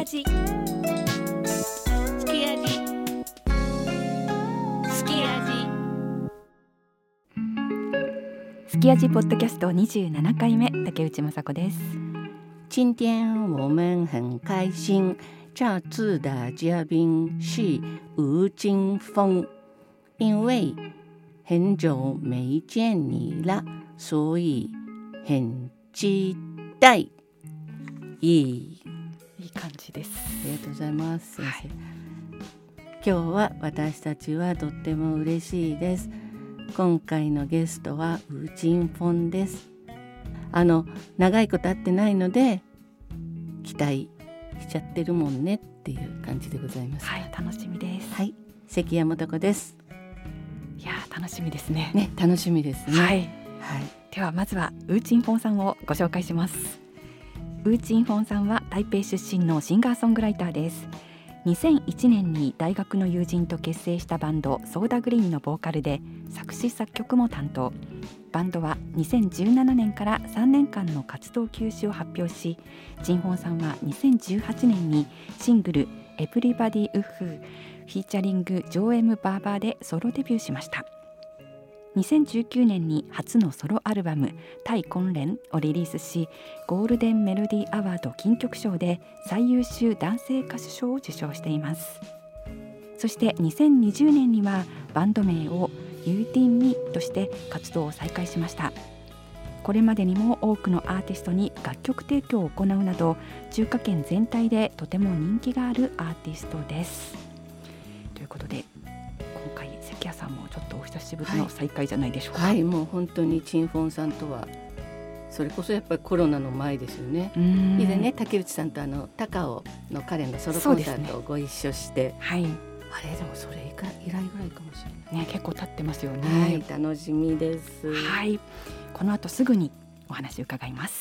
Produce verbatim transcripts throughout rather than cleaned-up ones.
味すき味すき味すき味ポッドキャストにじゅうななかいめ、竹内雅子です。 今天我们很开心，这次的嘉宾是吴金峰，因为很久没见你了，所以很期待。いい、 いい感じです。 ありがとうございます、 はい、 今日は私たちはとっても嬉しいです。今回のゲストはウージンフォンです。あの長いこと会ってないので期待しちゃってるもんねっていう感じでございます。 はい、楽しみです。 はい、関山貴子です。 いや楽しみですね。 ね、楽しみですね。 はい、 はい、 ではまずはウーチンフォンさんをご紹介します。ウーチンフォンさんは台北出身のシンガーソングライターです。にせんいちねんに大学の友人と結成したバンドソーダグリーンのボーカルで作詞作曲も担当。バンドはにせんじゅうななねんからさんねんかんの活動休止を発表し、ジンフォンさんはにせんじゅうはちねんにシングルエブリバディウッフーフィーチャリングジョーエムバーバーでソロデビューしました。にせんじゅうきゅうねんに初のソロアルバム対婚連をリリースし、ゴールデンメロディーアワード金曲賞で最優秀男性歌手賞を受賞しています。そしてにせんにじゅうねんにはバンド名をユーティンミとして活動を再開しました。これまでにも多くのアーティストに楽曲提供を行うなど、中華圏全体でとても人気があるアーティストです。ということで今回関谷さんもちょっとお久しぶりの再会じゃないでしょうか。 はい、はい、もう本当にチンフォンさんとはそれこそやっぱりコロナの前ですよね。以前ね、竹内さんとあの高尾の彼のソロコンサートをご一緒して、ね、はい、あれでもそれ以来ぐらいかもしれない、 ね、結構経ってますよね。 はい、楽しみです。 はい、この後すぐにお話を伺います。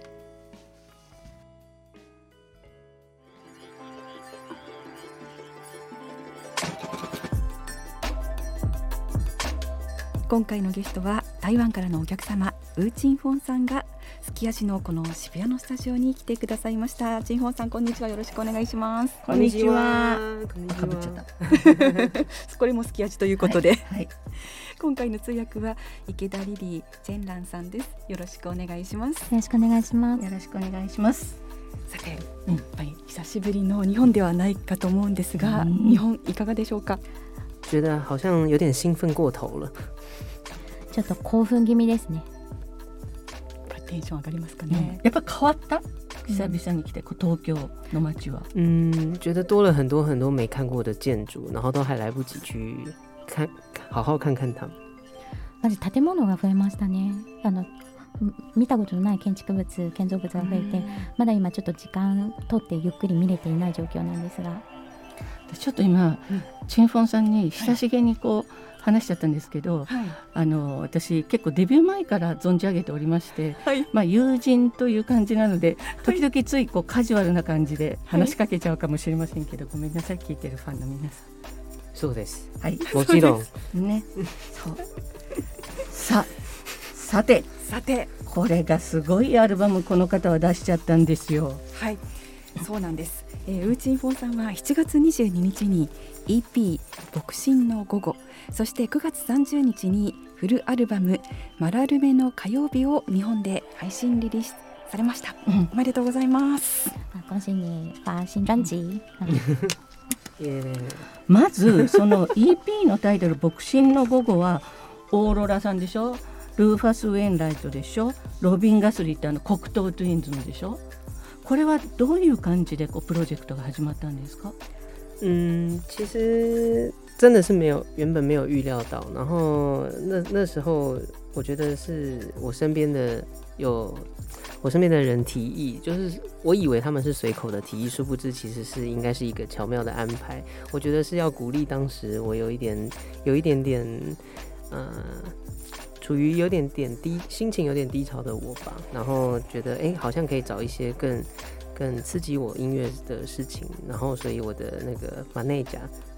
今回のゲストは台湾からのお客様ウーチンフォンさんがすき味のこの渋谷のスタジオに来てくださいました。チンフォンさん、こんにちは。よろしくお願いします。 こんにちは。 かぶっちゃったこれもすき味ということで、はいはい、今回の通訳は池田リリーチェンランさんです。よろしくお願いします。 よろしくお願いします。 よろしくお願いします。 さて、うん、やっぱり久しぶりの日本ではないかと思うんですが、うん、日本いかがでしょうか。 觉得好像有点兴奮過頭了。 ちょっと興奮気味ですね。 テンション上がりますかね。 やっぱ変わった。久々に来て東京の街は。 嗯，觉得多了很多很多没看过的建筑，然后都还来不及去看，好好看看它们。 まず建物が増えましたね。あの見たことのない建築物、建造物が増えて、まだ今ちょっと時間取ってゆっくり見れていない状況なんですが。 ちょっと今、うん、チンフォンさんに久しげにこう、はい、話しちゃったんですけど、はい、あの私結構デビュー前から存じ上げておりまして、はい、まあ、友人という感じなので時々ついこうカジュアルな感じで話しかけちゃうかもしれませんけど、はい、ごめんなさい、聞いてるファンの皆さん。 そうです、 はい、 もちろんね、そうささてさてこれがすごいアルバムこの方は出しちゃったんですよ。 はい、そうなんです。えー、ウーチンフォンさんはしちがつにじゅうににちに イーピー 牧神の午後、そしてくがつさんじゅうにちにフルアルバムマラルメの火曜日を日本で配信リリースされました、うん、おめでとうございます。 恭喜你发新专辑まずその イーピー のタイトル牧神の午後はオーロラさんでしょ、ルーファス・ウェインライトでしょ、ロビン・ガスリーってあの黒糖トゥインズのでしょ。これはどういう感じでこうプロジェクトが始まったんですか。 嗯，其实真的是没有，原本没有预料到。然后那那时候，我觉得是我身边的有我身边的人提议，就是我以为他们是随口的提议，殊不知其实是应该是一个巧妙的安排。我觉得是要鼓励当时我有一点有一点点呃。处于有点点低心情有点低潮的我吧，然后觉得哎，好像可以找一些更更刺激我音乐的事情，然后所以我的那个马内甲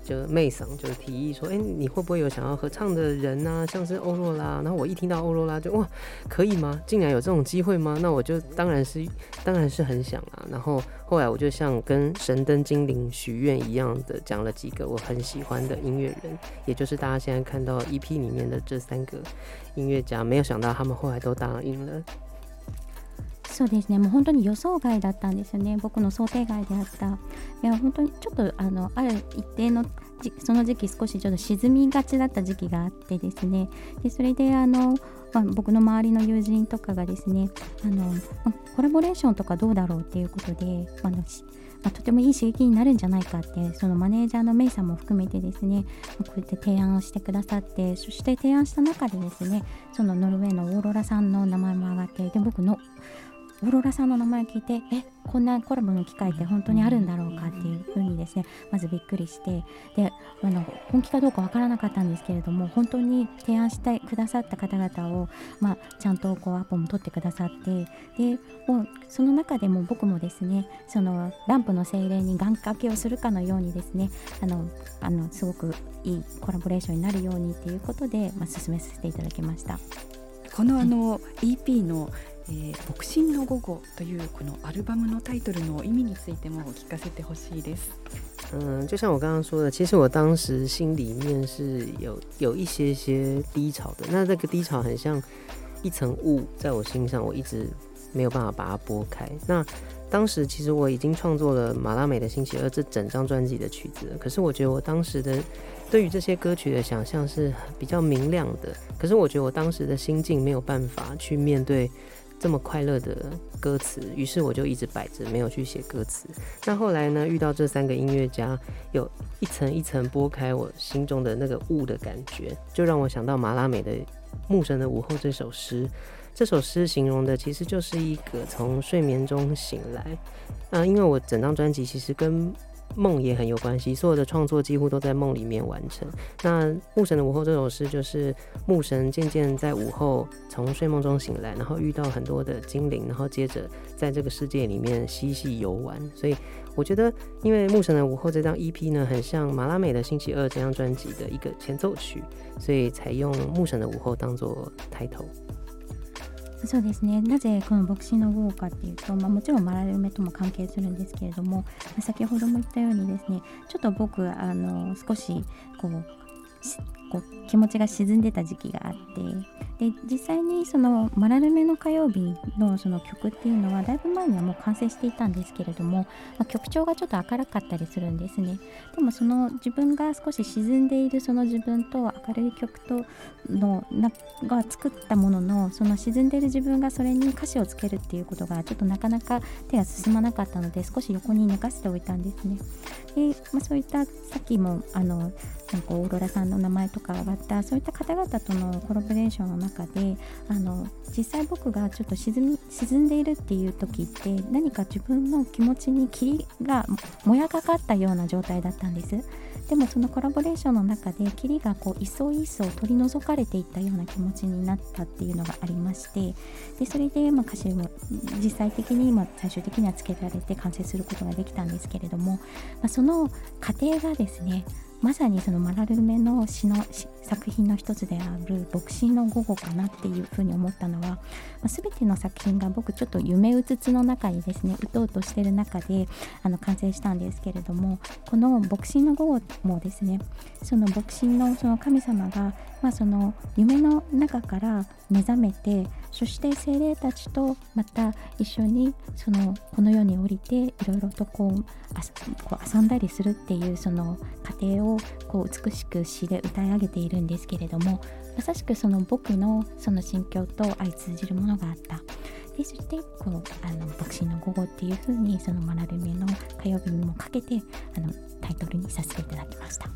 就妹桑就提议说，哎，你会不会有想要合唱的人啊，像是欧若拉？然后我一听到欧若拉就哇，可以吗？竟然有这种机会吗？那我就当然是当然是很想啊。然后后来我就像跟神灯精灵许愿一样的讲了几个我很喜欢的音乐人，也就是大家现在看到 E P 里面的这三个音乐家，没有想到他们后来都答应了。 そうですね、もう本当に予想外だったんですよね。僕の想定外であった。いや本当にちょっとあのある一定のその時期少しちょっと沈みがちだった時期があってですね。でそれであの、まあ、僕の周りの友人とかがですね、あの、まあ、コラボレーションとかどうだろうっていうことで、あのまあ、とてもいい刺激になるんじゃないかって、そのマネージャーのメイさんも含めてですね、こうやって提案をしてくださって、そして提案した中でですね、そのノルウェーのオーロラさんの名前も上がって、で僕のオーロラさんの名前を聞いて、えこんなコラボの機会って本当にあるんだろうかっていうふうにですね、まずびっくりして、であの本気かどうかわからなかったんですけれども、本当に提案してくださった方々を、まあ、ちゃんとこうアポも取ってくださって、でもうその中でも僕もですね、そのランプの精霊に願掛けをするかのようにですね、あのあのすごくいいコラボレーションになるようにっていうことで、まあ、進めさせていただきました。 このあの イーピー のえー、牧神の午後というこのアルバムのタイトルの意味についても聞かせてほしいです。 嗯，就像我刚刚说的，其实我当时心里面是有有一些些低潮的，那这个低潮很像一层雾在我心上，我一直没有办法把它拨开。那当时其实我已经创作了马拉美的星期二这整张专辑的曲子了，可是我觉得我当时的对于这些歌曲的想象是比较明亮的，可是我觉得我当时的心境没有办法去面对这么快乐的歌词，于是我就一直摆着没有去写歌词。那后来呢，遇到这三个音乐家，有一层一层拨开我心中的那个雾的感觉，就让我想到马拉美的《牧神的午后》这首诗。这首诗形容的其实就是一个从睡眠中醒来。那因为我整张专辑其实跟梦也很有关系，所有的创作几乎都在梦里面完成。那牧神的午后这首诗就是牧神渐渐在午后从睡梦中醒来，然后遇到很多的精灵，然后接着在这个世界里面嬉戏游玩。所以我觉得因为牧神的午后这张 E P 呢很像马拉美的星期二这张专辑的一个前奏曲，所以才用牧神的午後当作抬頭。 そうですね、なぜこの牧師の午後かっていうと、まあ、もちろんマラルメとも関係するんですけれども、先ほども言ったようにですね、ちょっと僕あの少しこうこう気持ちが沈んでた時期があって、で実際にそのマラルメの火曜日 の, その曲っていうのはだいぶ前にはもう完成していたんですけれども、まあ、曲調がちょっと明るかったりするんですね。でもその自分が少し沈んでいるその自分と明るい曲とのなが作ったものの、その沈んでいる自分がそれに歌詞をつけるっていうことがちょっとなかなか手が進まなかったので、少し横に寝かせておいたんですね。で、まあ、そういったさっきもあのなんかオーロラさんの名前とか上がったそういった方々とのコラボレーションの中で、あの実際僕がちょっと沈み沈んでいるっていう時って、何か自分の気持ちに霧がもやがかったような状態だったんです。でもそのコラボレーションの中で霧がこう一層一層取り除かれていったような気持ちになったっていうのがありまして、でそれでまあ歌詞も実際的にまあ最終的にはつけられて完成することができたんですけれども、まあ、その過程がですね、まさにそのマラルメの詩の作品の一つである牧師の午後かなっていうふうに思ったのは、まあ、全ての作品が僕ちょっと夢うつつの中にですね、うとうとしてる中であの完成したんですけれども、この牧師の午後もですね、その牧師のその神様が、まあ、その夢の中から目覚めて、そして精霊たちとまた一緒にそのこの世に降りていろいろとこうこう遊んだりするっていうその過程をこう美しく詩で歌い上げているんですけれども、まさしくその僕のその心境と相通じるものがあった。でそしてこうあの牧師の午後っていう風にそのマラルメの火曜日にもかけてあのタイトルにさせていただきました。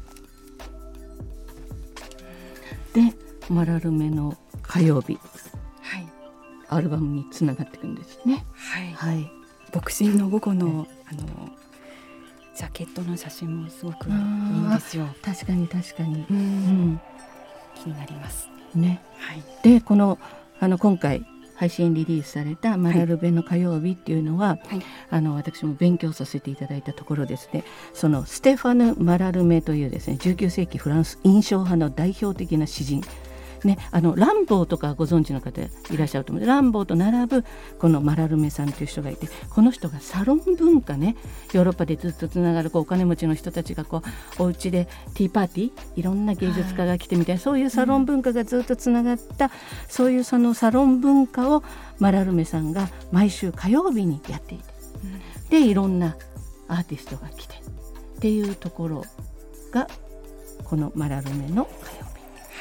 でマラルメの火曜日、 はい、 アルバムにつながっていくんですね。 はい、 はい、 牧神の午後の、あのジャケットの写真もすごくいいんですよ。 確かに確かに、 うん、 うん、 気になりますね。 はい、 でこのあの今回配信リリースされたマラルベの火曜日っていうのは、はい、あの私も勉強させていただいたところですね、そのステファヌ・マラルメというですねじゅうきゅうせいきフランス印象派の代表的な詩人ね、あのランボーとかご存知の方いらっしゃると思う。ランボーと並ぶこのマラルメさんという人がいて、この人がサロン文化ね、ヨーロッパでずっとつながるこうお金持ちの人たちがこうお家でティーパーティー、いろんな芸術家が来てみたいな、そういうサロン文化がずっとつながった、うん、そういうそのサロン文化をマラルメさんが毎週火曜日にやっていて、うん、でいろんなアーティストが来てっていうところがこのマラルメの火曜日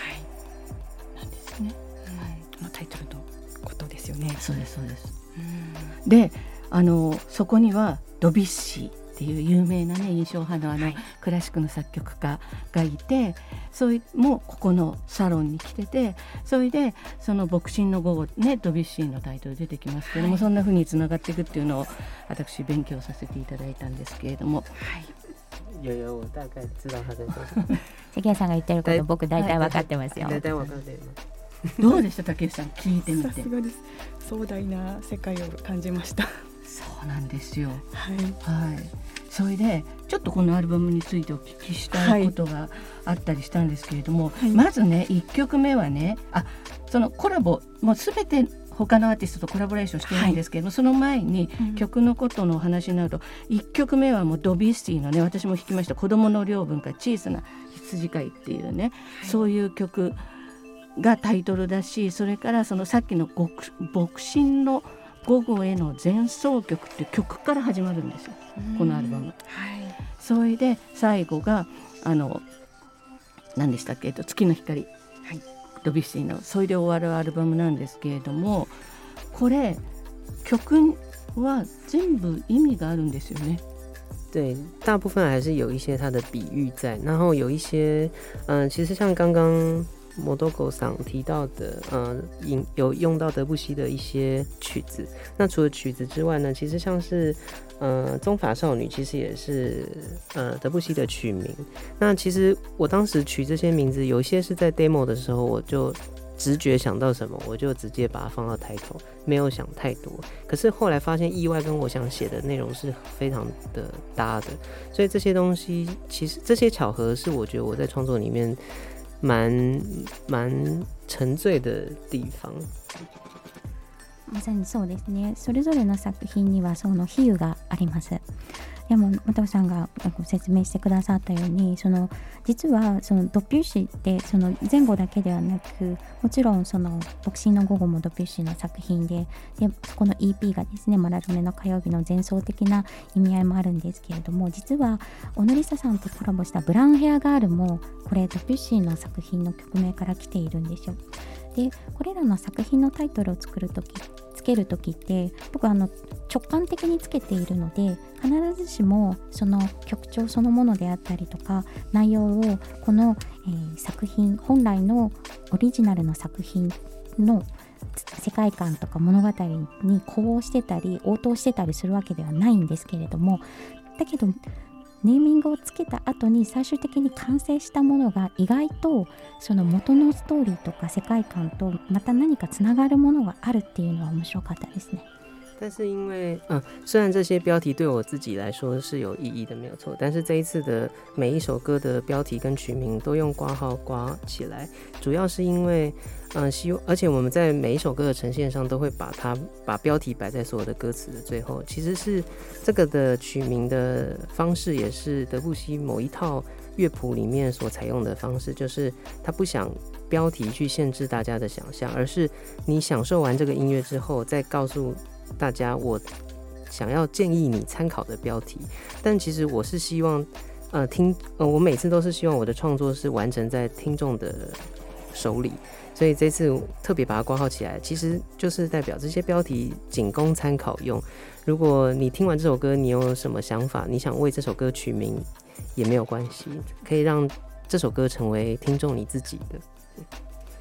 ね、 うん、のタイトルのことですよね。 そうですそうです、うん、であのそこにはドビュッシーっていう有名な、ね、印象派の、あの、はい、クラシックの作曲家がいて、それもここのサロンに来てて、それでその牧神の午後、ね、ドビュッシーのタイトル出てきますけれども、はい、そんな風につながっていくっていうのを私勉強させていただいたんですけれども、はい有有我大概知道他在说什么。 関谷さんが言ってること僕大体分かってますよ。 大体分かってる。 どうでした竹内さん、聞いてみて。 さすがです。壮大な世界を感じました。 そうなんですよ。 はい、 はい、それでちょっとこのアルバムについてお聞きしたいことがあったりしたんですけれども、はい、まずねいっきょくめはね、あそのコラボもうすべて他のアーティストとコラボレーションしてるんですけども、はい、その前に曲のことのお話になると、うん、いっきょくめはもうドビュッシーのね、私も弾きました子供の領分から小さな羊飼いっていうね、はい、そういう曲がタイトルだし、それからそのさっきの牧神の午後への前奏曲っていう曲から始まるんですよ、このアルバム、はい、それで最後があの何でしたっけ、月の光、はい、ドビュッシーのそれで終わるアルバムなんですけれども、これ曲は全部意味があるんですよね。 对，大部分还是有一些它的比喻在，然后有一些嗯、呃，其实像刚刚摩多狗桑提到的，呃，有用到德布西的一些曲子。那除了曲子之外呢，其实像是呃宗法少女，其实也是呃德布西的曲名。那其实我当时取这些名字，有一些是在 demo 的时候我就直觉想到什么，我就直接把它放到抬头，没有想太多。可是后来发现意外跟我想写的内容是非常的搭的，所以这些东西其实这些巧合是我觉得我在创作里面蛮蛮沉醉的地方。 まさにそうですね。それぞれの作品にはその比喩があります。でも本さんが説明してくださったように、その実はそのドビュッシーってその前後だけではなく、もちろんその牧神の午後もドビュッシーの作品で、でこの イーピー がですね、マラルメの火曜日の前奏的な意味合いもあるんですけれども、実はオノリサさんとコラボしたブラウンヘアガールもこれドビュッシーの作品の曲名から来ているんですよ。でこれらの作品のタイトルを作るときつけるときって僕はあの直感的につけているので、必ずしもその曲調そのものであったりとか内容をこの、えー、作品本来のオリジナルの作品の世界観とか物語に呼応してたり応答してたりするわけではないんですけれども、だけどネーミングをつけた後に最終的に完成したものが意外とその元のストーリーとか世界観とまた何かつながるものがあるっていうのは面白かったですね。 但是因为嗯，虽然这些标题对我自己来说是有意义的，没有错，但是这一次的每一首歌的标题跟曲名都用括号括起来，主要是因为嗯，希望而且我们在每一首歌的呈现上都会把它把标题摆在所有的歌词的最后，其实是这个的取名的方式也是德布西某一套乐谱里面所采用的方式，就是他不想标题去限制大家的想象，而是你享受完这个音乐之后再告诉大家我想要建议你参考的标题。但其实我是希望呃听呃我每次都是希望我的创作是完成在听众的手里，所以这次特别把它挂号起来，其实就是代表这些标题仅供参考用。如果你听完这首歌你有什么想法，你想为这首歌取名也没有关系，可以让这首歌成为听众你自己的。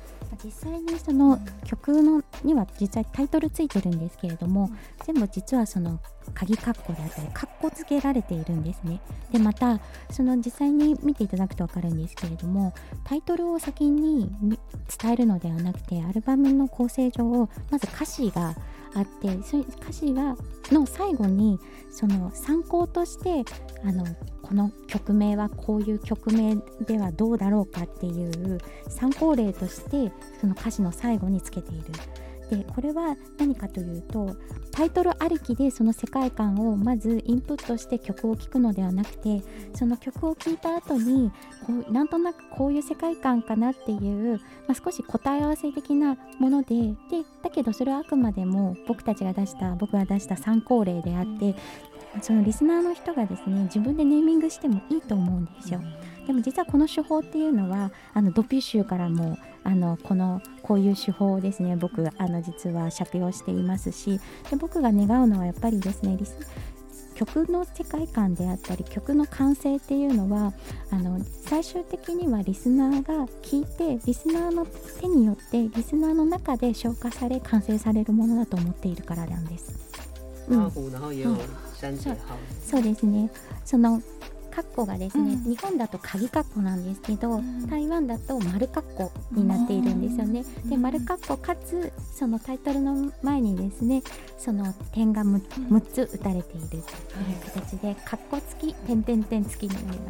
実際にその曲のには実際タイトルついてるんですけれども、全部実はその鍵括弧であったり括弧付けられているんですね。でまたその実際に見ていただくと分かるんですけれども、タイトルを先に伝えるのではなくて、アルバムの構成上まず歌詞があって、その歌詞がの最後にその参考としてあのこの曲名はこういう曲名ではどうだろうかっていう参考例としてその歌詞の最後につけている。でこれは何かというと、タイトルありきでその世界観をまずインプットして曲を聴くのではなくて、その曲を聴いた後にこうなんとなくこういう世界観かなっていう、まあ、少し答え合わせ的なもので、でだけどそれはあくまでも僕たちが出した僕が出した参考例であって、そのリスナーの人がですね自分でネーミングしてもいいと思うんですよ。でも実はこの手法っていうのはあのドピュッシュからもあのこのこういう手法をですね僕あの実は借用していますし、で僕が願うのはやっぱりですねリス曲の世界観であったり曲の完成っていうのはあの最終的にはリスナーが聴いてリスナーの手によってリスナーの中で消化され完成されるものだと思っているからなんです。 うん、然後也有三节号、 そうですね。そのカッコがですね、うん、日本だと鍵カッコなんですけど、うん、台湾だと丸カッコになっているんですよね。で丸カッコかつそのタイトルの前にですねその点が む, むっつ打たれているという形で、うん、カッコ付き点点点付きになります。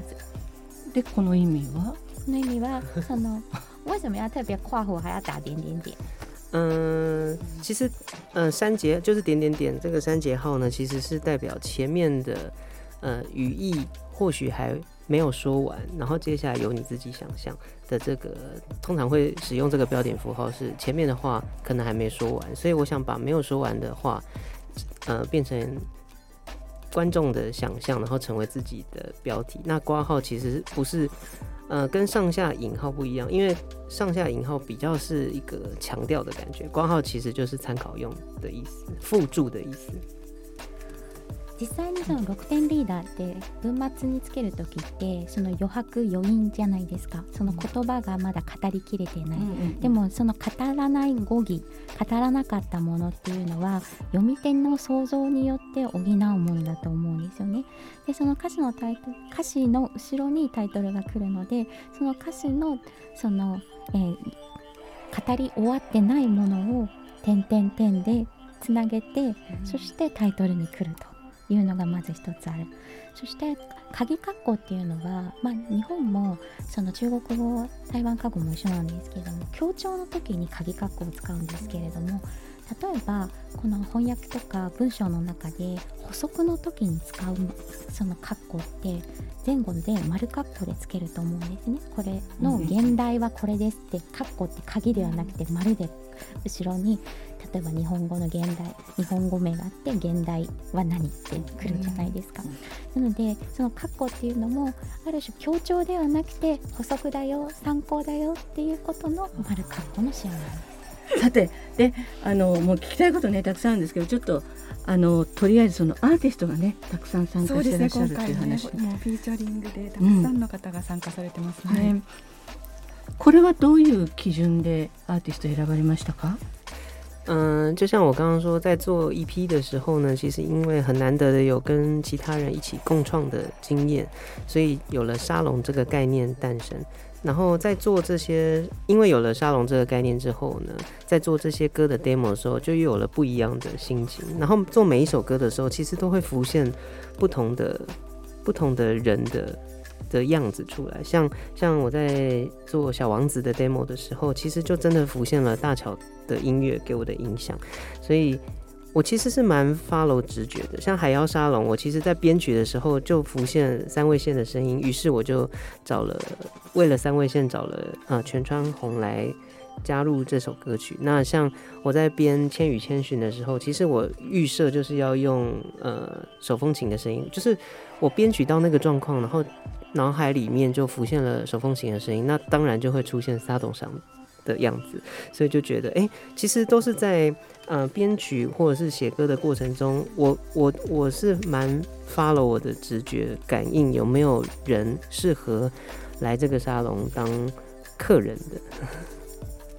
でこの意味はこの意味はその为什么要特别括弧还要打点点点？ 嗯，其实，呃，三节就是点点点，这个三节号呢，其实是代表前面的，呃，语义或许还没有说完，然后接下来由你自己想象的这个，通常会使用这个标点符号是前面的话可能还没说完，所以我想把没有说完的话，呃，变成观众的想象，然后成为自己的标题。那括号其实不是。呃，跟上下引号不一样，因为上下引号比较是一个强调的感觉，括号其实就是参考用的意思，附注的意思。 実際にそのろくてんリーダーって文末につけるときってその余白余韻じゃないですか。その言葉がまだ語りきれてない、うんうんうん、でもその語らない語義語らなかったものっていうのは読み手の想像によって補うものだと思うんですよね。でその歌詞のタイトル歌詞の後ろにタイトルが来るので、その歌詞のその、えー、語り終わってないものを点々点でつなげて、うん、そしてタイトルに来るというのがまず一つある。そして鍵括弧っていうのは、まあ、日本もその中国語台湾過去も一緒なんですけれども、強調の時に鍵括弧を使うんですけれども、例えばこの翻訳とか文章の中で補足の時に使うその括弧って前後で丸括弧でつけると思うんですね。これの現代はこれですって括弧って鍵ではなくて丸で後ろに例えば日本語の現代日本語名があって現代は何ってくるじゃないですか。なのでその括弧っていうのもある種強調ではなくて補足だよ参考だよっていうことの丸括弧の仕様なんです。 さてであのもう聞きたいことねたくさんあるんですけど、ちょっとあのとりあえずそのアーティストがねたくさん参加してらっしゃるっていう話。 そうですね、今回も、もうフィーチャリングでたくさんの方が参加されてますね、うんはい、 これはどういう基準でアーティスト選ばれましたか？ 嗯，就像我刚刚说，在做 E P 的时候呢，其实因为很难得的有跟其他人一起共创的经验，所以有了沙龙这个概念诞生。然后在做这些，因为有了沙龙这个概念之后呢，在做这些歌的 demo 的时候，就又有了不一样的心情。然后做每一首歌的时候，其实都会浮现不同的、不同的人的。的样子出来，像像我在做小王子的 demo 的时候，其实就真的浮现了大乔的音乐给我的影响，所以我其实是蛮 follow 直觉的。像海妖沙龙，我其实在编曲的时候就浮现三味线的声音，于是我就找了为了三味线找了呃全川红来加入这首歌曲。那像我在编千与千寻的时候，其实我预设就是要用呃手风琴的声音，就是我编曲到那个状况，然后脑海里面就浮现了手风琴的声音，那当然就会出现沙董上的样子，所以就觉得哎、欸，其实都是在呃编曲或者是写歌的过程中，我我我是蛮 follow 我的直觉感应，有没有人适合来这个沙龙当客人的。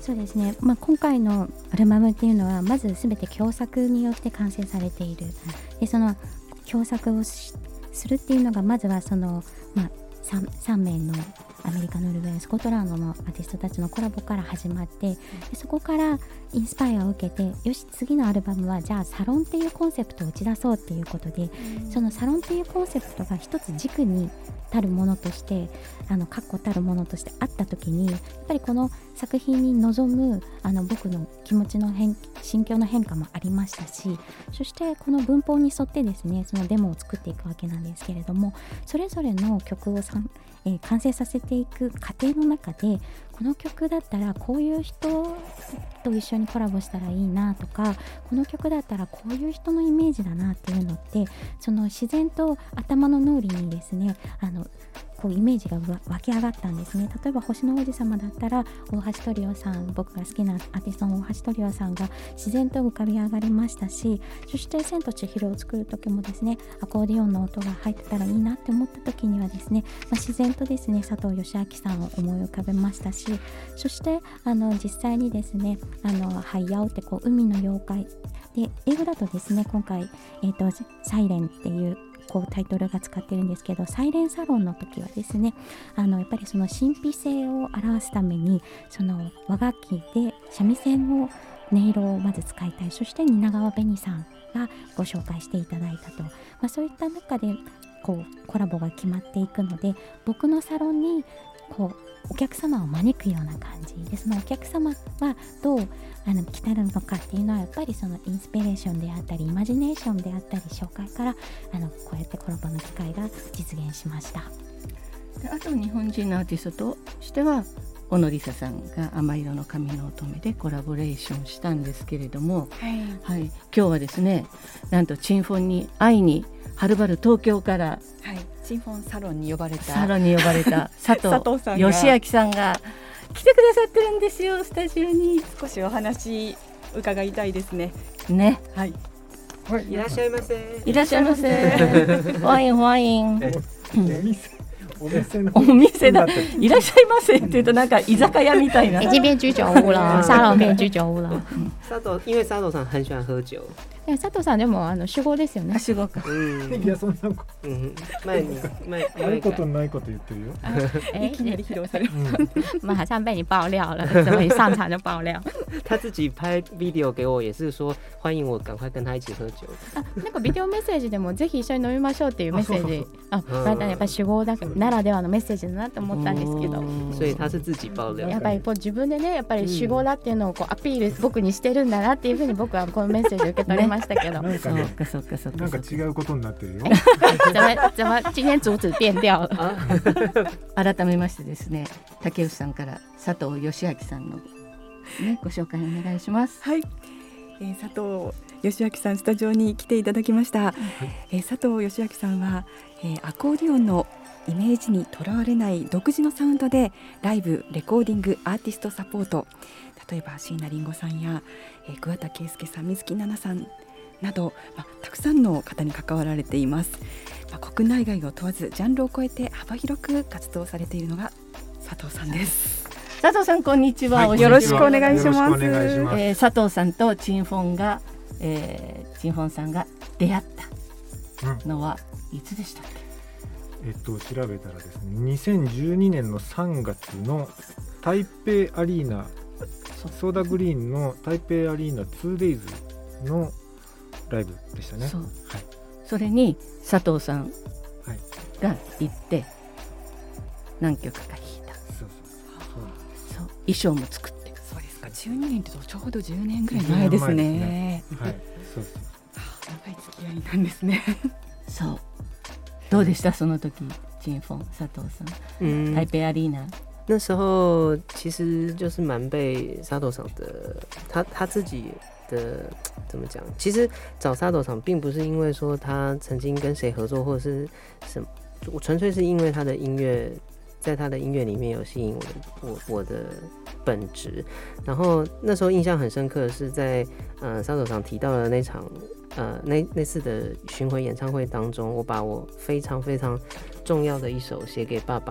そうですね、まあ、今回のアルバムっていうのはまず全て共作によって完成されている。でその共作をしするっていうのがまずはその、まあ、3, 3名のアメリカ、ノルウェー、スコットランドのアーティストたちのコラボから始まって、でそこからインスパイアを受けて、よし次のアルバムはじゃあサロンっていうコンセプトを打ち出そうっていうことで、そのサロンっていうコンセプトが一つ軸にたるものとして、あの確固たるものとしてあった時に、やっぱりこの作品に臨むあの僕の気持ちの変心境の変化もありましたし、そしてこの文法に沿ってですね、そのデモを作っていくわけなんですけれども、それぞれの曲をさん、えー、完成させていく過程の中で、この曲だったらこういう人と一緒にコラボしたらいいなとか、この曲だったらこういう人のイメージだなっていうのって、その自然と頭の脳裏にですね、あのこうイメージが湧き上がったんですね。例えば星の王子様だったら大橋トリオさん、僕が好きなアーティストの大橋トリオさんが自然と浮かび上がりましたし、そして千と千尋を作る時もですね、アコーディオンの音が入ってたらいいなって思った時にはですね、まあ、自然とですね佐藤義明さんを思い浮かべましたし、そしてあの実際にですね、あのハイヤオってこう海の妖怪で、英語だとですね今回、えーと、サイレンっていうこうタイトルが使ってるんですけど、サイレンサロンの時はですね、あのやっぱりその神秘性を表すために、その和楽器で三味線を音色をまず使いたい。そして蜷川紅さんがご紹介していただいたと、まあ、そういった中でこうコラボが決まっていくので、僕のサロンにこうお客様を招くような感じで、そのお客様はどうあの来たるのかっていうのは、やっぱりそのインスピレーションであったりイマジネーションであったり紹介から、あのこうやってコラボの機会が実現しました。 であと日本人のアーティストとしては小野梨沙さんが甘色の髪の乙女でコラボレーションしたんですけれども、はいはい、今日はですね、なんとチンフォンに会いにはるばる東京から、 はい、チンフォンサロンに呼ばれたサロンに呼ばれた佐藤義明さんが来てくださってるんですよ、スタジオに。 少しお話伺いたいですね。 ね、 はい、 いらっしゃいませ。 いらっしゃいませ。欢迎欢迎。 お店のお店だ。いらっしゃいませって言うとなんか居酒屋みたいな。 已经变居酒屋了，沙龙变居酒屋了。 佐藤，因为佐藤さん很喜欢喝酒。 佐藤さんでもあの酒豪ですよね。 酒豪か。 いやそんなこ、 うん、前に前あることないこと言ってるよ。 いきなり披露されました。马上被你爆料了，怎么一上场就爆料？ 他自己拍 video 给我，也是说欢迎我赶快跟他一起喝酒。 あ、なんかビデオメッセージでもぜひ一緒に飲みましょうっていうメッセージ、あ、またやっぱり酒豪だならではのメッセージだなと思ったんですけど。 所以他是自己爆料。 やっぱりこう自分でね、やっぱり酒豪だっていうのをこうアピール僕にしてるんだなっていうふうに僕はこのメッセージを受け取りましたけど。 なんかね、 そうかそうかなんか違うことになってるよ。 怎么怎么今天主旨变掉了。 改めましてですね、竹内さんから佐藤義明さんの、ね、ご紹介お願いします。 はい、えー、佐藤義明さんスタジオに来ていただきました。はい、えー、佐藤義明さんは、えー、アコーディオンのイメージにとらわれない独自のサウンドでライブ、レコーディング、アーティストサポート、例えば椎名林檎さんや、えー、桑田佳祐さん、水木奈々さんなど、まあ、たくさんの方に関わられています。まあ、国内外を問わずジャンルを超えて幅広く活動されているのが佐藤さんです。 佐藤さんこんにちは、 はい、よろしくお願いします。 えー、佐藤さんとチンフォンが、えー、チンフォンさんが出会ったのはいつでしたっけ？ うん、えっと調べたらですね、にせんじゅうにねんのさんがつの台北アリーナ、ソーダグリーンの台北アリーナ ツーデイズ のライブでしたね。そう、はい、 それに佐藤さんが行って何曲か弾いた。そうそうそうそう、衣装も作って。 そうですか。じゅうにねんってちょうどじゅうねんぐらい前ですね。 はい、そうそう。 長い付き合いなんですね。 そう。どうでしたその時？チンフォン佐藤さん、台北アリーナ。 那时候其实就是蛮被沙斗厂的，他他自己的怎么讲？其实找沙斗厂并不是因为说他曾经跟谁合作或者是什么，我纯粹是因为他的音乐，在他的音乐里面有吸引我的我我的本质。然后那时候印象很深刻的是在呃沙斗厂提到的那场呃那那次的巡回演唱会当中，我把我非常非常重要的一首写给爸爸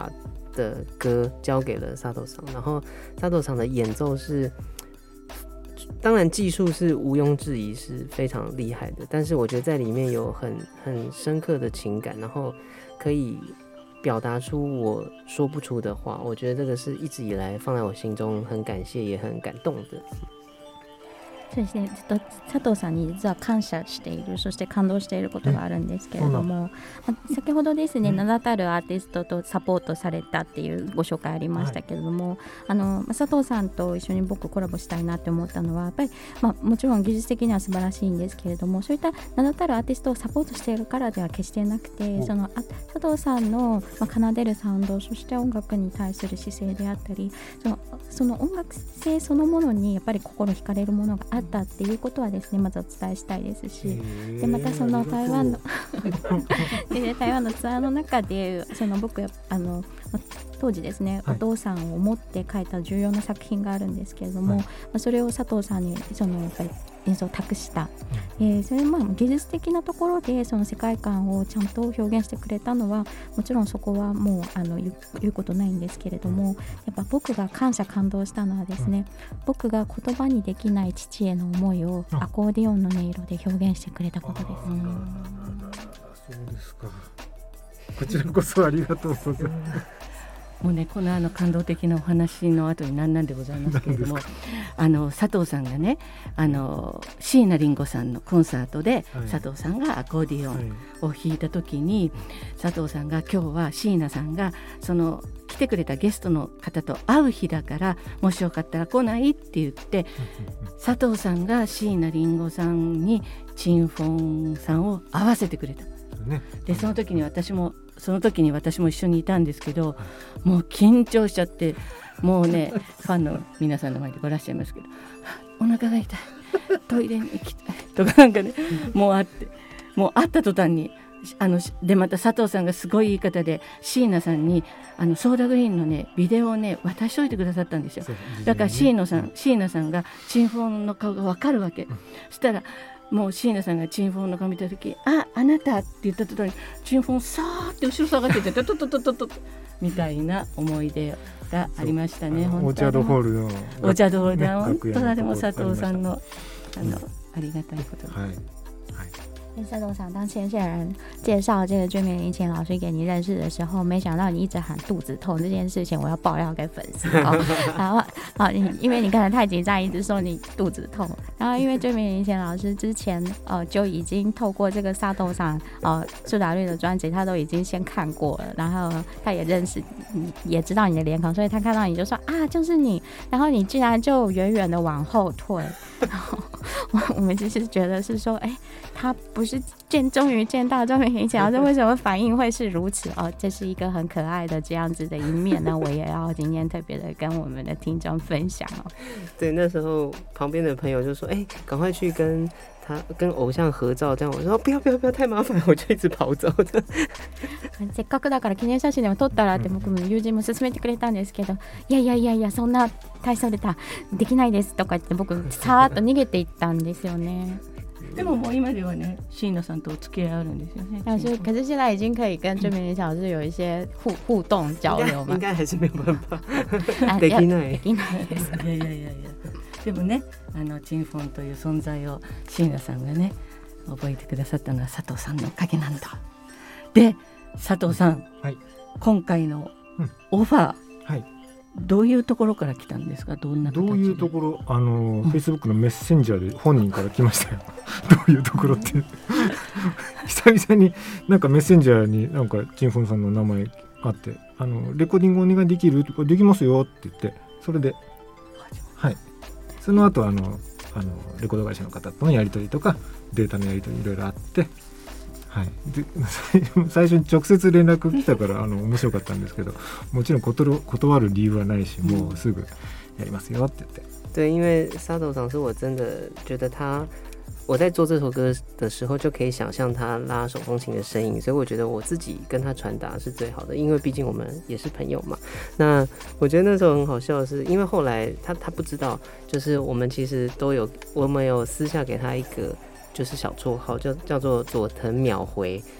的歌交给了佐藤さん，然后佐藤さん的演奏是，当然技术是毋庸置疑是非常厉害的，但是我觉得在里面有很很深刻的情感，然后可以表达出我说不出的话，我觉得这个是一直以来放在我心中很感谢也很感动的。 そうですね、ずっと佐藤さんに実は感謝している、そして感動していることがあるんですけれども、まあ、先ほどですね、名だたるアーティストとサポートされたっていうご紹介ありましたけれども、はい、あの佐藤さんと一緒に僕コラボしたいなって思ったのはやっぱり、まあ、もちろん技術的には素晴らしいんですけれども、そういった名だたるアーティストをサポートしているからでは決してなくて、その佐藤さんの、まあ、奏でるサウンド、そして音楽に対する姿勢であったり、その、その音楽性そのものにやっぱり心惹かれるものがあったっていうことはですね、まずお伝えしたいですし、でまたその台湾ので台湾のツアーの中でその僕あの当時ですね、はい、お父さんを持って書いた重要な作品があるんですけれども、はい、まあ、それを佐藤さんにそのやっぱり演奏を託した、うん、えー、それまあ技術的なところでその世界観をちゃんと表現してくれたのはもちろんそこはもうあの 言, 言うことないんですけれども、やっぱ僕が感謝感動したのはですね、うん、僕が言葉にできない父への思いをアコーディオンの音色で表現してくれたことです。うん、 そうですか。こちらこそありがとうございます。 もうね、このあの感動的なお話の後に何なんでございますけれども、あの佐藤さんがね、あの椎名林檎さんのコンサートで、はい、佐藤さんがアコーディオンを弾いた時に、はい、佐藤さんが今日は椎名さんがその来てくれたゲストの方と会う日だからもしよかったら来ないって言って佐藤さんが椎名林檎さんにチンフォンさんを会わせてくれた、ね、でその時に私もその時に私も一緒にいたんですけど、もう緊張しちゃって、もうねファンの皆さんの前でごらっしゃいますけどお腹が痛い、トイレに行きたいとかなんかね、もうあってもう会った途端にあのでまた佐藤さんがすごい言い方で椎名さんにあのソーダグリーンのねビデオをね渡しといてくださったんですよ。だから椎名さん、椎名さんがチンフォンの顔が分かるわけ、うん、そしたらもう椎名さんがチンフォンの顔見た時、あ、あなたって言った途端にチンフォンさーって後ろ下がっていってトトトトトトみたいな思い出がありましたね。 オーチャードホールのオーチャードホールで本当あれも佐藤さんの あ, あの、うん、ありがたいことで、はいはい、 佐藤さん当牵线人介绍这个追名林前老师给你认识的时候，没想到你一直喊肚子痛这件事情，我要爆料给粉丝哦。然后啊，你因为你刚才太紧张，一直说你肚子痛。然后因为追名林前老师之前呃就已经透过这个佐藤さん呃苏打绿的专辑，他都已经先看过了，然后他也认识你，也知道你的脸孔，所以他看到你就说啊就是你，然后你竟然就远远的往后退。然后我我们就是觉得是说，哎，他不是见终于见到追名林前老师，为什么反应会是如此？哦，这是一个很可爱的这样子的一面呢，我也要今天特别的跟我们的听众分享哦。 对，那时候旁边的朋友就说，哎，赶快去跟他跟偶像合照，这样我说不要不要不要太麻烦，我就一直跑走的。 せっかくだから記念写真でも撮ったらって僕も友人も勧めてくれたんですけど、いやいやいやいやそんな大それたできないですとか言って僕さーっと逃げていったんですよね。 でももう今ではね椎名さんとお付き合いあるんですよね。 但是可是现在已经可以跟追名林老师有一些互互动交流嘛。 应该还是没有办法。できない。 できないです。 いやいやいやいや。でもね、あのチンフォンという存在を椎名さんがね覚えてくださったのは佐藤さんのおかげなんだ。で佐藤さん、はい、今回のオファー、うん、はい、どういうところから来たんですか？どんな形で？ どういうところ、あの、うん、Facebook のメッセンジャーで本人から来ましたよ。どういうところって久々になんかメッセンジャーになんかチンフォンさんの名前あって、あのレコーディングお願いできる？できますよって言って、それで、はい、その後あのあのレコード会社の方とのやり取りとかデータのやり取りいろいろあって、はい、で最初に直接連絡来たからあの面白かったんですけど、もちろん断る理由はないし、もうすぐやりますよって言って。 对，因为佐藤さん是我真的觉得他，我在做这首歌的时候就可以想象他拉手风琴的声音，所以我觉得我自己跟他传达是最好的，因为毕竟我们也是朋友嘛。那我觉得那时候很好笑的是，因为后来他他不知道，就是我们其实都有，我们有私下给他一个就是小绰号，叫叫做佐藤秒回。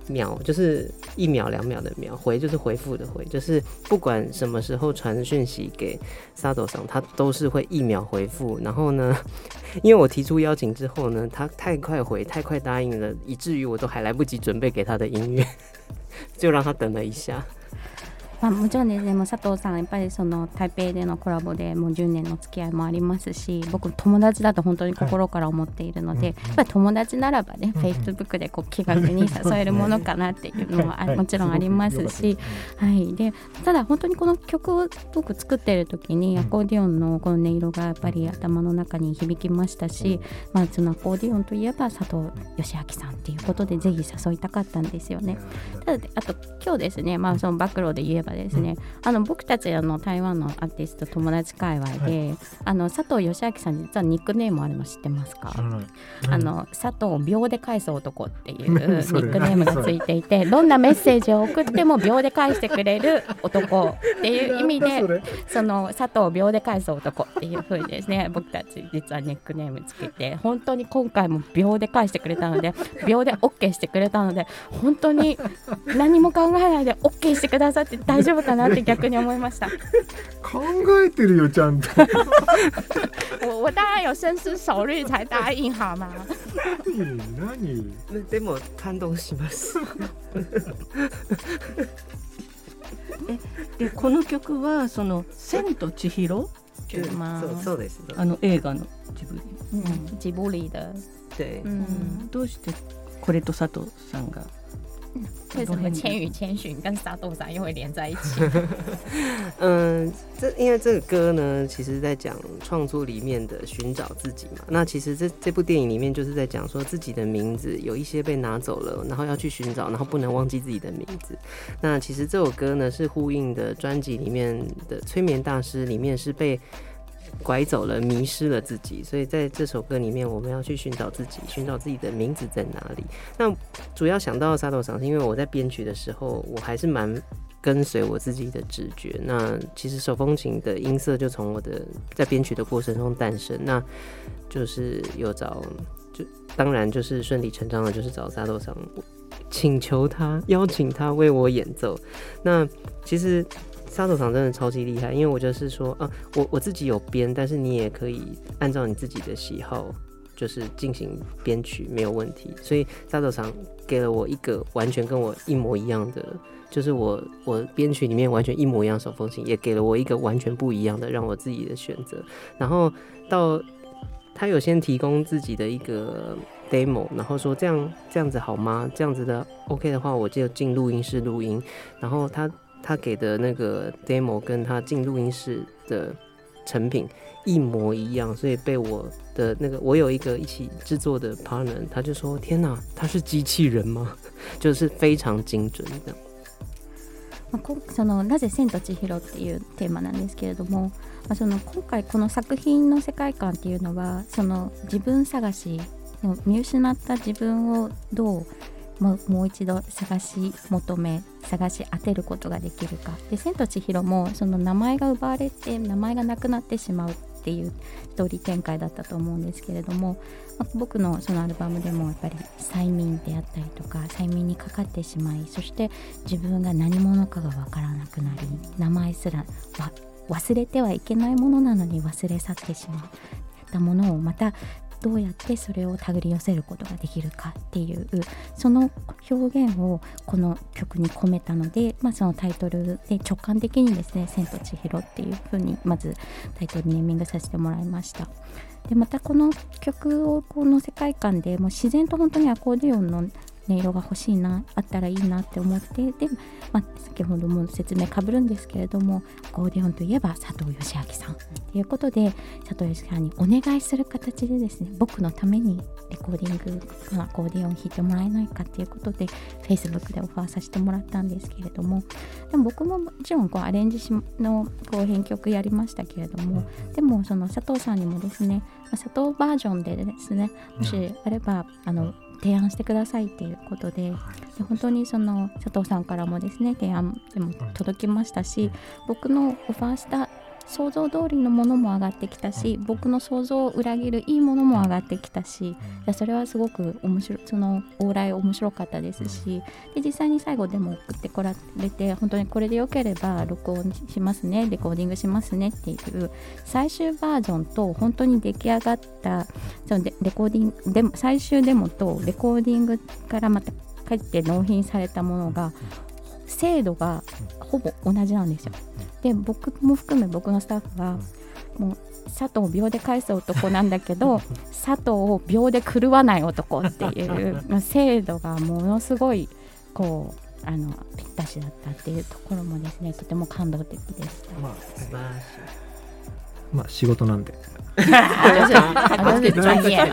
秒就是一秒两秒的秒，回就是回复的回，就是不管什么时候传讯息给萨斗桑，他都是会一秒回复。然后呢，因为我提出邀请之后呢，他太快回，太快答应了，以至于我都还来不及準備給他的音樂，就讓他等了一下。 まあ、もちろんですね、もう佐藤さんやっぱりその台北でのコラボでもうじゅうねんの付き合いもありますし、僕友達だと本当に心から思っているので、はい、やっぱり友達ならばね、うん、Facebook でこう気軽に誘えるものかなっていうのもあもちろんありますし、はい、でただ本当にこの曲を僕作っている時にアコーディオンのこの音色がやっぱり頭の中に響きましたし、まあ、そのアコーディオンといえば佐藤義明さんっていうことでぜひ誘いたかったんですよね。ただあと今日ですね、まあ、その暴露で言えばですね、うん、あの僕たちあの台湾のアーティスト友達界隈で、はい、あの佐藤義明さん実はニックネームあるの知ってますか？あの佐藤を秒で返す男っていうニックネームがついていて、どんなメッセージを送っても秒で返してくれる男っていう意味でその佐藤を秒で返す男っていう風にですね、僕たち実はニックネームつけて、本当に今回も秒で返してくれたので、秒で OK してくれたので、本当に何も考えないで OK してくださって大丈夫かなって逆に思いました。 考えてるよちゃんと。 我我当然有深思熟慮才答應好嗎？ 何？ でも感動します。 えでこの曲はその千と千尋、 まあ、そうそうです。 あの映画のジブリ、 うん、ジブリ的。 对、 うん、どうしてこれと佐藤さんが？ 为什么《千与千寻》跟沙豆仔又会连在一起？ 嗯，这因为这个歌呢，其实在讲创作里面的寻找自己嘛。那其实这这部电影里面就是在讲说自己的名字有一些被拿走了，然后要去寻找，然后不能忘记自己的名字。那其实这首歌呢是呼应的专辑里面的催眠大师里面是被拐走了，迷失了自己，所以在这首歌里面我们要去寻找自己，寻找自己的名字在哪里。那主要想到沙斗桑是因为我在编曲的时候我还是蛮跟随我自己的直觉，那其实手风琴的音色就从我的在编曲的过程中诞生，那就是有找就当然就是顺理成章的就是找沙斗桑请求他邀请他为我演奏。那其实沙斗桑真的超级厉害，因为我就是说啊，我我自己有编，但是你也可以按照你自己的喜好就是进行编曲没有问题，所以沙斗桑给了我一个完全跟我一模一样的，就是我我编曲里面完全一模一样手风琴，也给了我一个完全不一样的让我自己的选择。然后到他有先提供自己的一个 demo， 然后说这样这样子好吗？这样子的 OK 的话，我就进录音室录音。然后他他给的那个 demo 跟他进录音室的成品一模一样，所以被我的那个我有一个一起制作的 partner， 他就说天哪，他是机器人吗？就是非常精准的。 そのなぜ千と千尋っていうテーマなんですけれども、その今回この作品の世界観っていうのはその自分探し、見失った自分をどうもう、もう一度探し求め探し当てることができるかで、千と千尋もその名前が奪われて名前がなくなってしまうっていうストーリー展開だったと思うんですけれども、僕のそのアルバムでもやっぱり催眠であったりとか催眠にかかってしまい、そして自分が何者かが分からなくなり、名前すら忘れてはいけないものなのに忘れ去ってしまったものをまたどうやってそれを手繰り寄せることができるかっていうその表現をこの曲に込めたので、まあ、そのタイトルで直感的にですね千と千尋っていう風にまずタイトルネーミングさせてもらいました。でまたこの曲をこの世界観でもう自然と本当にアコーディオンの音色が欲しいな、あったらいいなって思って、で、まあ、先ほども説明かぶるんですけれども、アコーディオンといえば佐藤義明さんということで佐藤義明さんにお願いする形でですね、僕のためにレコーディングアコーディオン弾いてもらえないかっていうことで Facebook でオファーさせてもらったんですけれども、でも僕ももちろんこうアレンジのこう編曲やりましたけれども、でもその佐藤さんにもですね、佐藤バージョンでですね、もしあればあの提案してくださいっていうことで、で本当にその佐藤さんからもですね提案でも届きましたし、僕のオファーした想像通りのものも上がってきたし、僕の想像を裏切るいいものも上がってきたし、いやそれはすごく面白い、その往来面白かったですし、で実際に最後デモ送ってこられて、本当にこれでよければ録音しますね、レコーディングしますねっていう最終バージョンと、本当に出来上がったそのレコーディングデモ、最終デモとレコーディングからまた帰って納品されたものが精度がほぼ同じなんですよ。で僕も含め僕のスタッフはもう佐藤を秒で返す男なんだけど佐藤を秒で狂わない男っていう精度がものすごいこうあのぴったしだったっていうところもですね、とても感動的でした。 まあ、まあ仕事なんで私专业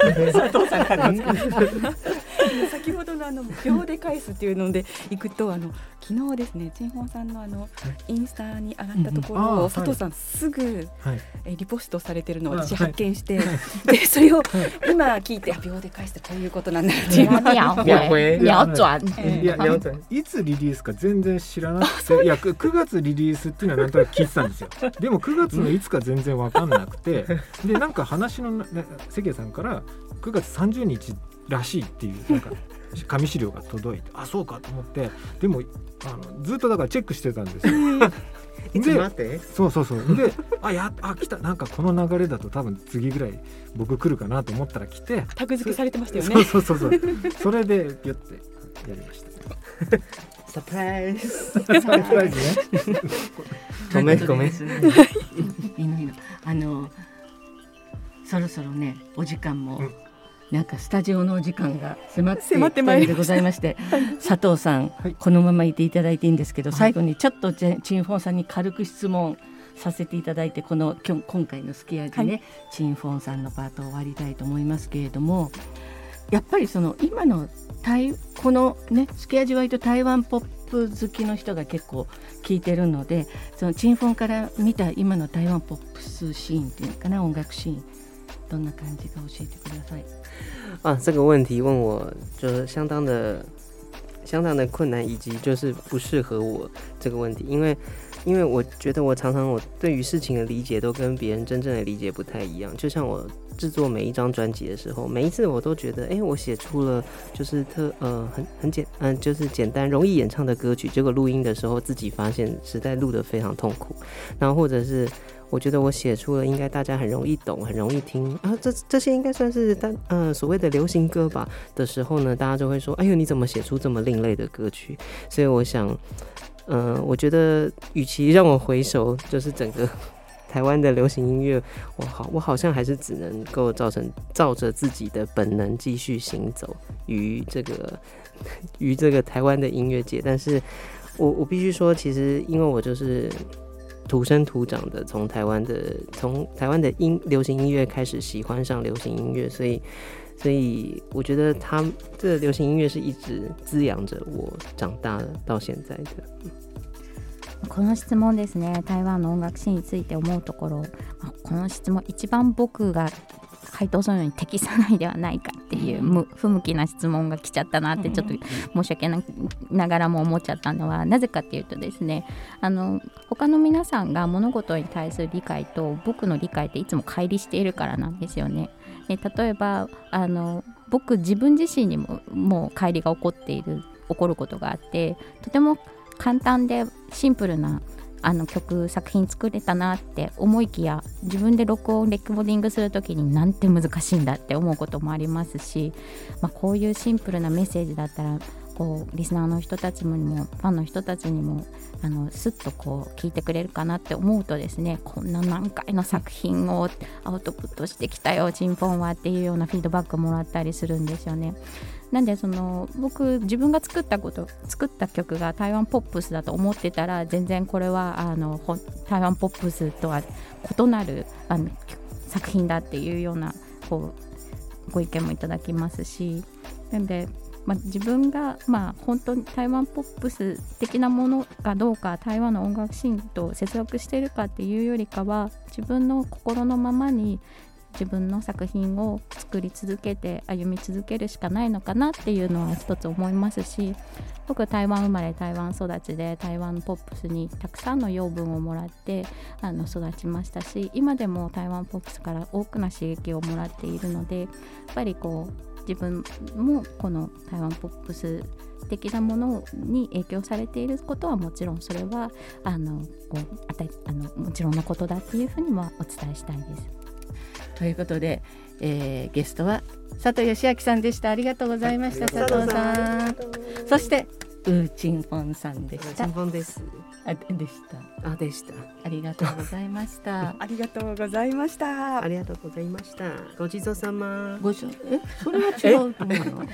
先ほどのあの秒で返すっていうのでいくと、あの昨日ですね、チンホンさんのあのインスタに上がったところを佐藤さんすぐえリポストされてるのを私発見して、でそれを今聞いて秒で返すってこういうことなんだっていう秒回秒轉いやいつリリースか全然知らなくて、いやくがつリリースっていうのはなんとなく聞いてたんですよ。でもくがつのいつか全然分かんなくて、でなんか話の関谷さんからくがつさんじゅうにちらしいっていうなんか紙資料が届いて、あそうかと思って、でもあのずっとだからチェックしてたんですよ。 いつ待ってそうそうそうであやあ来た、なんかこの流れだと多分次ぐらい僕来るかなと思ったら来て、 タグ付けされてましたよね。 そうそうそうそうそれでピュッてやりました。 サプライズサプライズね。 ごめんごめん。 いいのいいの。あのそろそろねお時間も、うん、なんかスタジオのお時間が迫ってきたのでございまして、佐藤さん、はい、このままいていただいていいんですけど、はい、最後にちょっとチンフォンさんに軽く質問させていただいて、この今日今回のスケアでね、はい、チンフォンさんのパートを終わりたいと思いますけれども、やっぱりその今の台このねスケアジワイと台湾ポップ好きの人が結構聞いてるので、そのチンフォンから見た今の台湾ポップスシーンっていうかな、音楽シーンどんな感じか教えてください。 啊，这个问题问我就是相当的相当的困难，以及就是不适合我这个问题，因为因为我觉得我常常我对于事情的理解都跟别人真正的理解不太一样。就像我制作每一张专辑的时候，每一次我都觉得，哎，我写出了就是特呃很很简嗯、呃、就是简单容易演唱的歌曲，结果录音的时候自己发现实在录得非常痛苦，然后或者是。我觉得我写出了应该大家很容易懂很容易听啊，这这些应该算是大呃所谓的流行歌吧的时候呢，大家就会说，哎呦你怎么写出这么另类的歌曲？所以我想呃我觉得与其让我回首就是整个台湾的流行音乐，我好我好像还是只能够造成照着自己的本能继续行走于这个于这个台湾的音乐界。但是我我必须说，其实因为我就是土生土长的，从台湾的从台湾的音流行音乐开始喜欢上流行音乐，所以所以我觉得他这个流行音乐是一直滋养着我长大到现在的。 この質問ですね、台湾の音楽シーンについて思うところ、この質問一番僕が回答するのに適さないではないかっていう不向きな質問が来ちゃったなってちょっと申し訳ながらも思っちゃったのは、なぜかっていうとですね、あの他の皆さんが物事に対する理解と僕の理解っていつも乖離しているからなんですよね。で例えばあの僕自分自身にももう乖離が起こっている起こることがあって、とても簡単でシンプルなあの曲作品作れたなって思いきや、自分で録音レコーディングするときになんて難しいんだって思うこともありますし、まあ、こういうシンプルなメッセージだったらこうリスナーの人たちにもファンの人たちにもあのスッとこう聞いてくれるかなって思うとですね、こんな何回の作品をアウトプットしてきたよチンポンはっていうようなフィードバックもらったりするんですよね。なんでその僕自分が作ったこと作った曲が台湾ポップスだと思ってたら、全然これはあの台湾ポップスとは異なるあの作品だっていうようなこうご意見もいただきますし、なんで、まあ、自分が、まあ、本当に台湾ポップス的なものかどうか、台湾の音楽シーンと接続しているかっていうよりかは、自分の心のままに自分の作品を作り続けて歩み続けるしかないのかなっていうのは一つ思いますし、 僕台湾生まれ台湾育ちで台湾ポップスにたくさんの養分をもらってあの育ちましたし、今でも台湾ポップスから多くの刺激をもらっているので、やっぱりこう自分もこの台湾ポップス的なものに影響されていることはもちろんそれはあのこうあたあのもちろんのことだっていうふうにもお伝えしたいです。 ということで、えー、ゲストは佐藤義明さんでした。ありがとうございました。佐藤さん、そしてウーチンフォンさんでした。 ウーチンフォンです。 あでした。 あでした。 ありがとうございました。 ありがとうございました。 ありがとうございました。ごちそうさま。 ごちそうえそれは違うと思うの。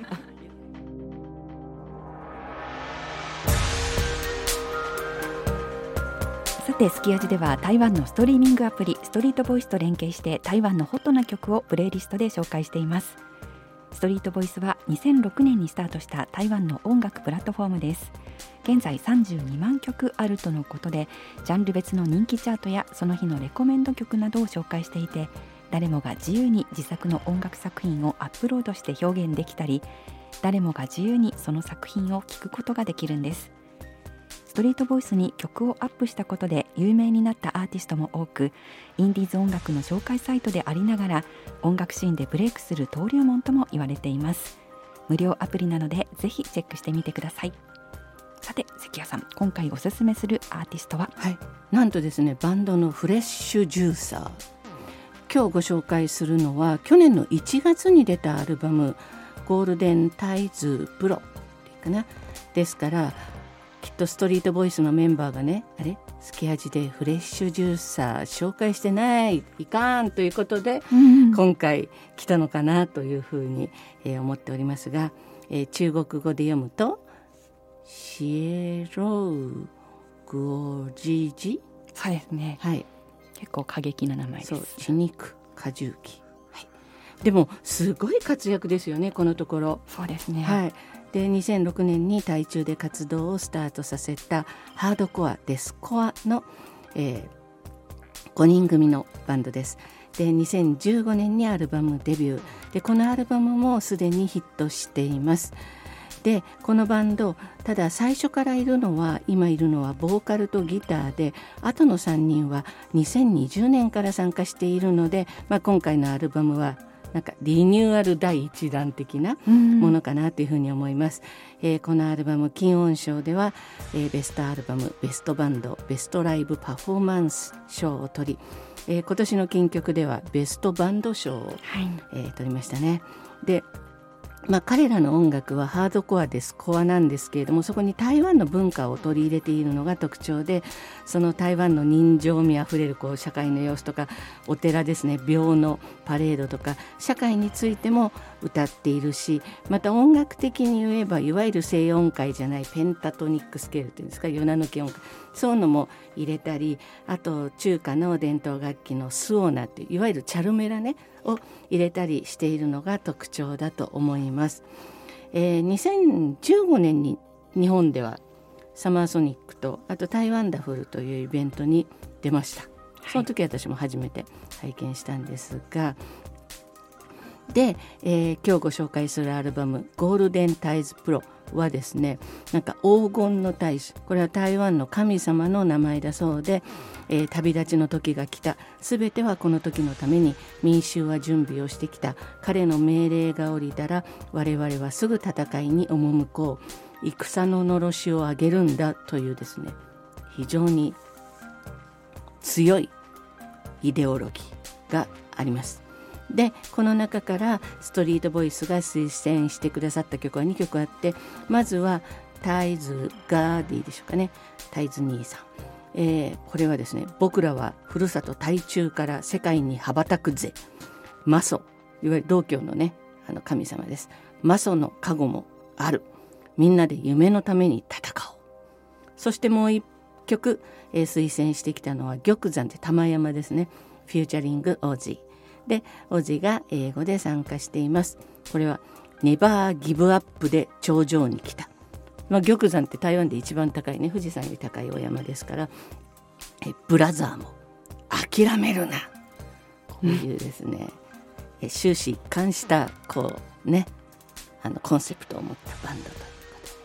さてすき味では台湾のストリーミングアプリストリートボイスと連携して台湾のホットな曲をプレイリストで紹介しています。ストリートボイスはにせんろくねんにスタートした台湾の音楽プラットフォームです。現在さんじゅうにまんきょくあるとのことで、ジャンル別の人気チャートやその日のレコメンド曲などを紹介していて、誰もが自由に自作の音楽作品をアップロードして表現できたり、誰もが自由にその作品を聴くことができるんです。ストリートボイスに曲をアップしたことで有名になったアーティストも多く、インディーズ音楽の紹介サイトでありながら音楽シーンでブレイクする登竜門とも言われています。無料アプリなのでぜひチェックしてみてください。さて関谷さん、今回おすすめするアーティストは？ はい、なんとですね、バンドのフレッシュジューサー。今日ご紹介するのは去年のいちがつに出たアルバムゴールデンタイズプロっていうかな。ですからきっとストリートボイスのメンバーがね、あれすき味でフレッシュジューサー紹介してないいかんということで、うん、今回来たのかなというふうに、えー、思っておりますが、えー、中国語で読むとシエロウグオジジ。 そうですね、はい、結構過激な名前です。 そう、血肉果汁機、はい、でもすごい活躍ですよねこのところ。 そうですね、 はい。でにせんろくねんに台中で活動をスタートさせたハードコアデスコアの、えー、ごにん組のバンドです。でにせんじゅうごねんにアルバムデビューで、このアルバムもすでにヒットしています。でこのバンド、ただ最初からいるのは今いるのはボーカルとギターで、あとのさんにんはにせんにじゅうねんから参加しているので、まあ、今回のアルバムはなんかリニューアル第一弾的なものかなというふうに思います。えー、このアルバム金音賞では、えー、ベストアルバム、ベストバンド、ベストライブパフォーマンス賞を取り、えー、今年の金曲ではベストバンド賞を、はい、えー、取りましたね。でまあ、彼らの音楽はハードコアでスコアなんですけれども、そこに台湾の文化を取り入れているのが特徴で、その台湾の人情味あふれるこう社会の様子とか、お寺ですね、廟のパレードとか社会についても歌っているし、また音楽的に言えばいわゆる西音階じゃないペンタトニックスケールというんですか、ヨナ抜き音階、そういうのも入れたり、あと中華の伝統楽器のスオーナっていういわゆるチャルメラねを入れたりしているのが特徴だと思います。えー、にせんじゅうごねんに日本ではサマーソニックとあと台湾ダフルというイベントに出ました。その時私も初めて拝見したんですが、で、えー、今日ご紹介するアルバムゴールデンタイズプロはですね、なんか黄金の大使、これは台湾の神様の名前だそうで、えー、旅立ちの時が来た、すべてはこの時のために民衆は準備をしてきた、彼の命令が下りたら我々はすぐ戦いに赴こう、戦ののろしを上げるんだというですね、非常に強いイデオロギーがあります。でこの中からストリートボイスが推薦してくださった曲はにきょくあって、まずはタイズガーディでしょうかね、タイズ兄さん、えー、これはですね、僕らはふるさと台中から世界に羽ばたくぜ、マソ、いわゆる道教のね、あの神様です。マソの加護もある、みんなで夢のために戦おう。そしてもう一曲、えー、推薦してきたのは玉山で玉山ですね、フューチャリングオージーで、オジが英語で参加しています。これはネバーギブアップで頂上に来た、まあ、玉山って台湾で一番高いね、富士山より高いお山ですから、えブラザーも諦めるな、こういうですね、うん、え終始一貫したこうね、あのコンセプトを持ったバンドということで、は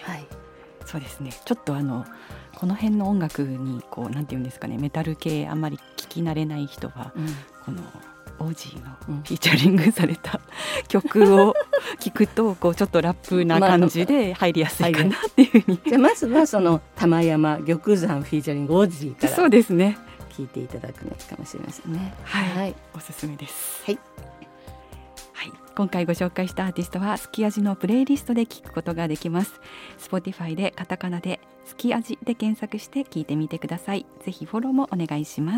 はい、 そうですね。ちょっとあのこの辺の音楽にこうなんていうんですかね、メタル系あんまり聞き慣れない人は、うん、このオージーのフィーチャリングされた、うん、曲を聞くとこうちょっとラップな感じで入りやすいかなっていうふうに、 じゃあまずはその玉山玉山フィーチャリングオージーからそうですね、 聞いていただくのかもしれませんね。 はい、はい、おすすめです。 はい、 はい、今回ご紹介したアーティストはすき味のプレイリストで聞くことができます。 Spotify でカタカナですき味で検索して聞いてみてください。ぜひフォローもお願いします。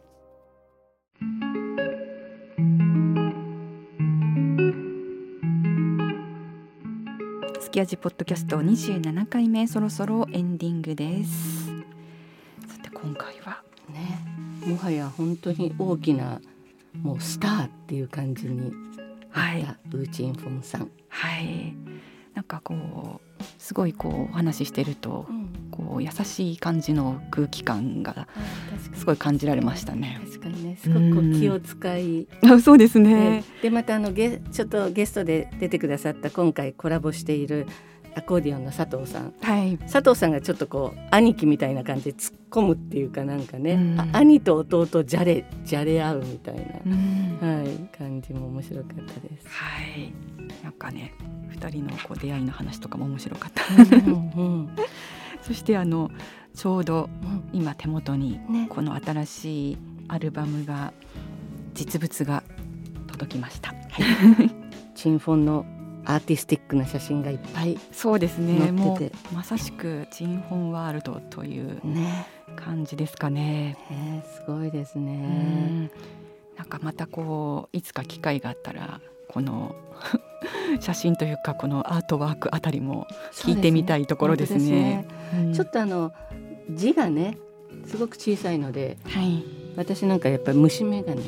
すき味ポッドキャストにじゅうななかいめ、そろそろエンディングです。さて今回はね、もはや本当に大きなもうスターっていう感じになったウーチンフォンさん、 はい、なんかこうすごいこうお話ししてると、うん、こう優しい感じの空気感がすごい感じられましたね。 確かにね、すごくこう気を使い、 あ、そうですね。 でまたあのゲちょっとゲストで出てくださった今回コラボしているアコーディオンの佐藤さん、 はい、 佐藤さんがちょっとこう兄貴みたいな感じで突っ込むっていうかなんかね、うん、あ兄と弟じゃれじゃれ合うみたいな、うん、はい、感じも面白かったです。 はい、なんかねふたりのこう出会いの話とかも面白かったうん、うん、そしてあのちょうど今手元にこの新しいアルバムが、実物が届きました、はい、 チンフォンのアーティスティックな写真がいっぱい載ってて、 そうですね、もうまさしくチンフォンワールドという感じですかね。 ね、すごいですね。 うん、なんかまたこういつか機会があったらこの写真というかこのアートワークあたりも聞いてみたいところですね。 ですね、うん、ちょっとあの字がねすごく小さいので、はい、私なんかやっぱり虫眼鏡が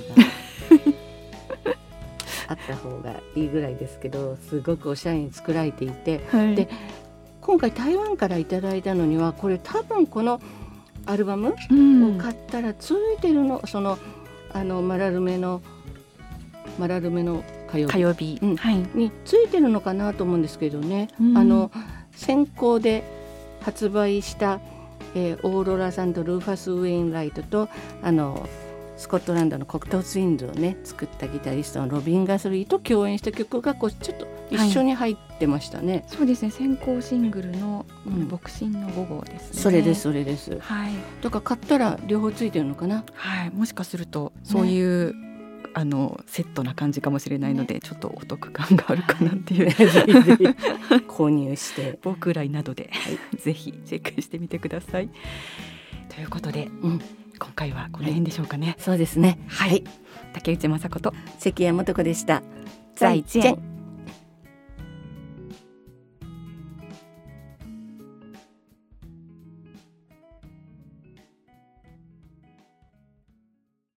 あった方がいいぐらいですけど、すごくおしゃれに作られていて、はい、で今回台湾からいただいたのにはこれ多分このアルバムを買ったらついてるの、うん、そのあのマラルメのマラルメの火曜日、 火曜日、 うん、はい、についてるのかなと思うんですけどね、うん、あの先行で発売した、えー、オーロラさんとルーファス・ウェインライトとあのスコットランドのコクトツインズをね作ったギタリストのロビン・ガスリーと共演した曲がこうちょっと一緒に入ってましたね、はい、 そうですね、先行シングルの牧神のご号ですね、 うん、それですそれです、 はい、 だから買ったら両方ついてるのかな、 はい、もしかするとそういう、ね、あのセットな感じかもしれないので、ね、ちょっとお得感があるかなっていう、はい、 購入して僕らいなどで、はい、ぜひチェックしてみてください。ということで、うん、今回はこの辺でしょうかね。はい、 そうですね、 はい、竹内雅子と関谷素子でした。 再见。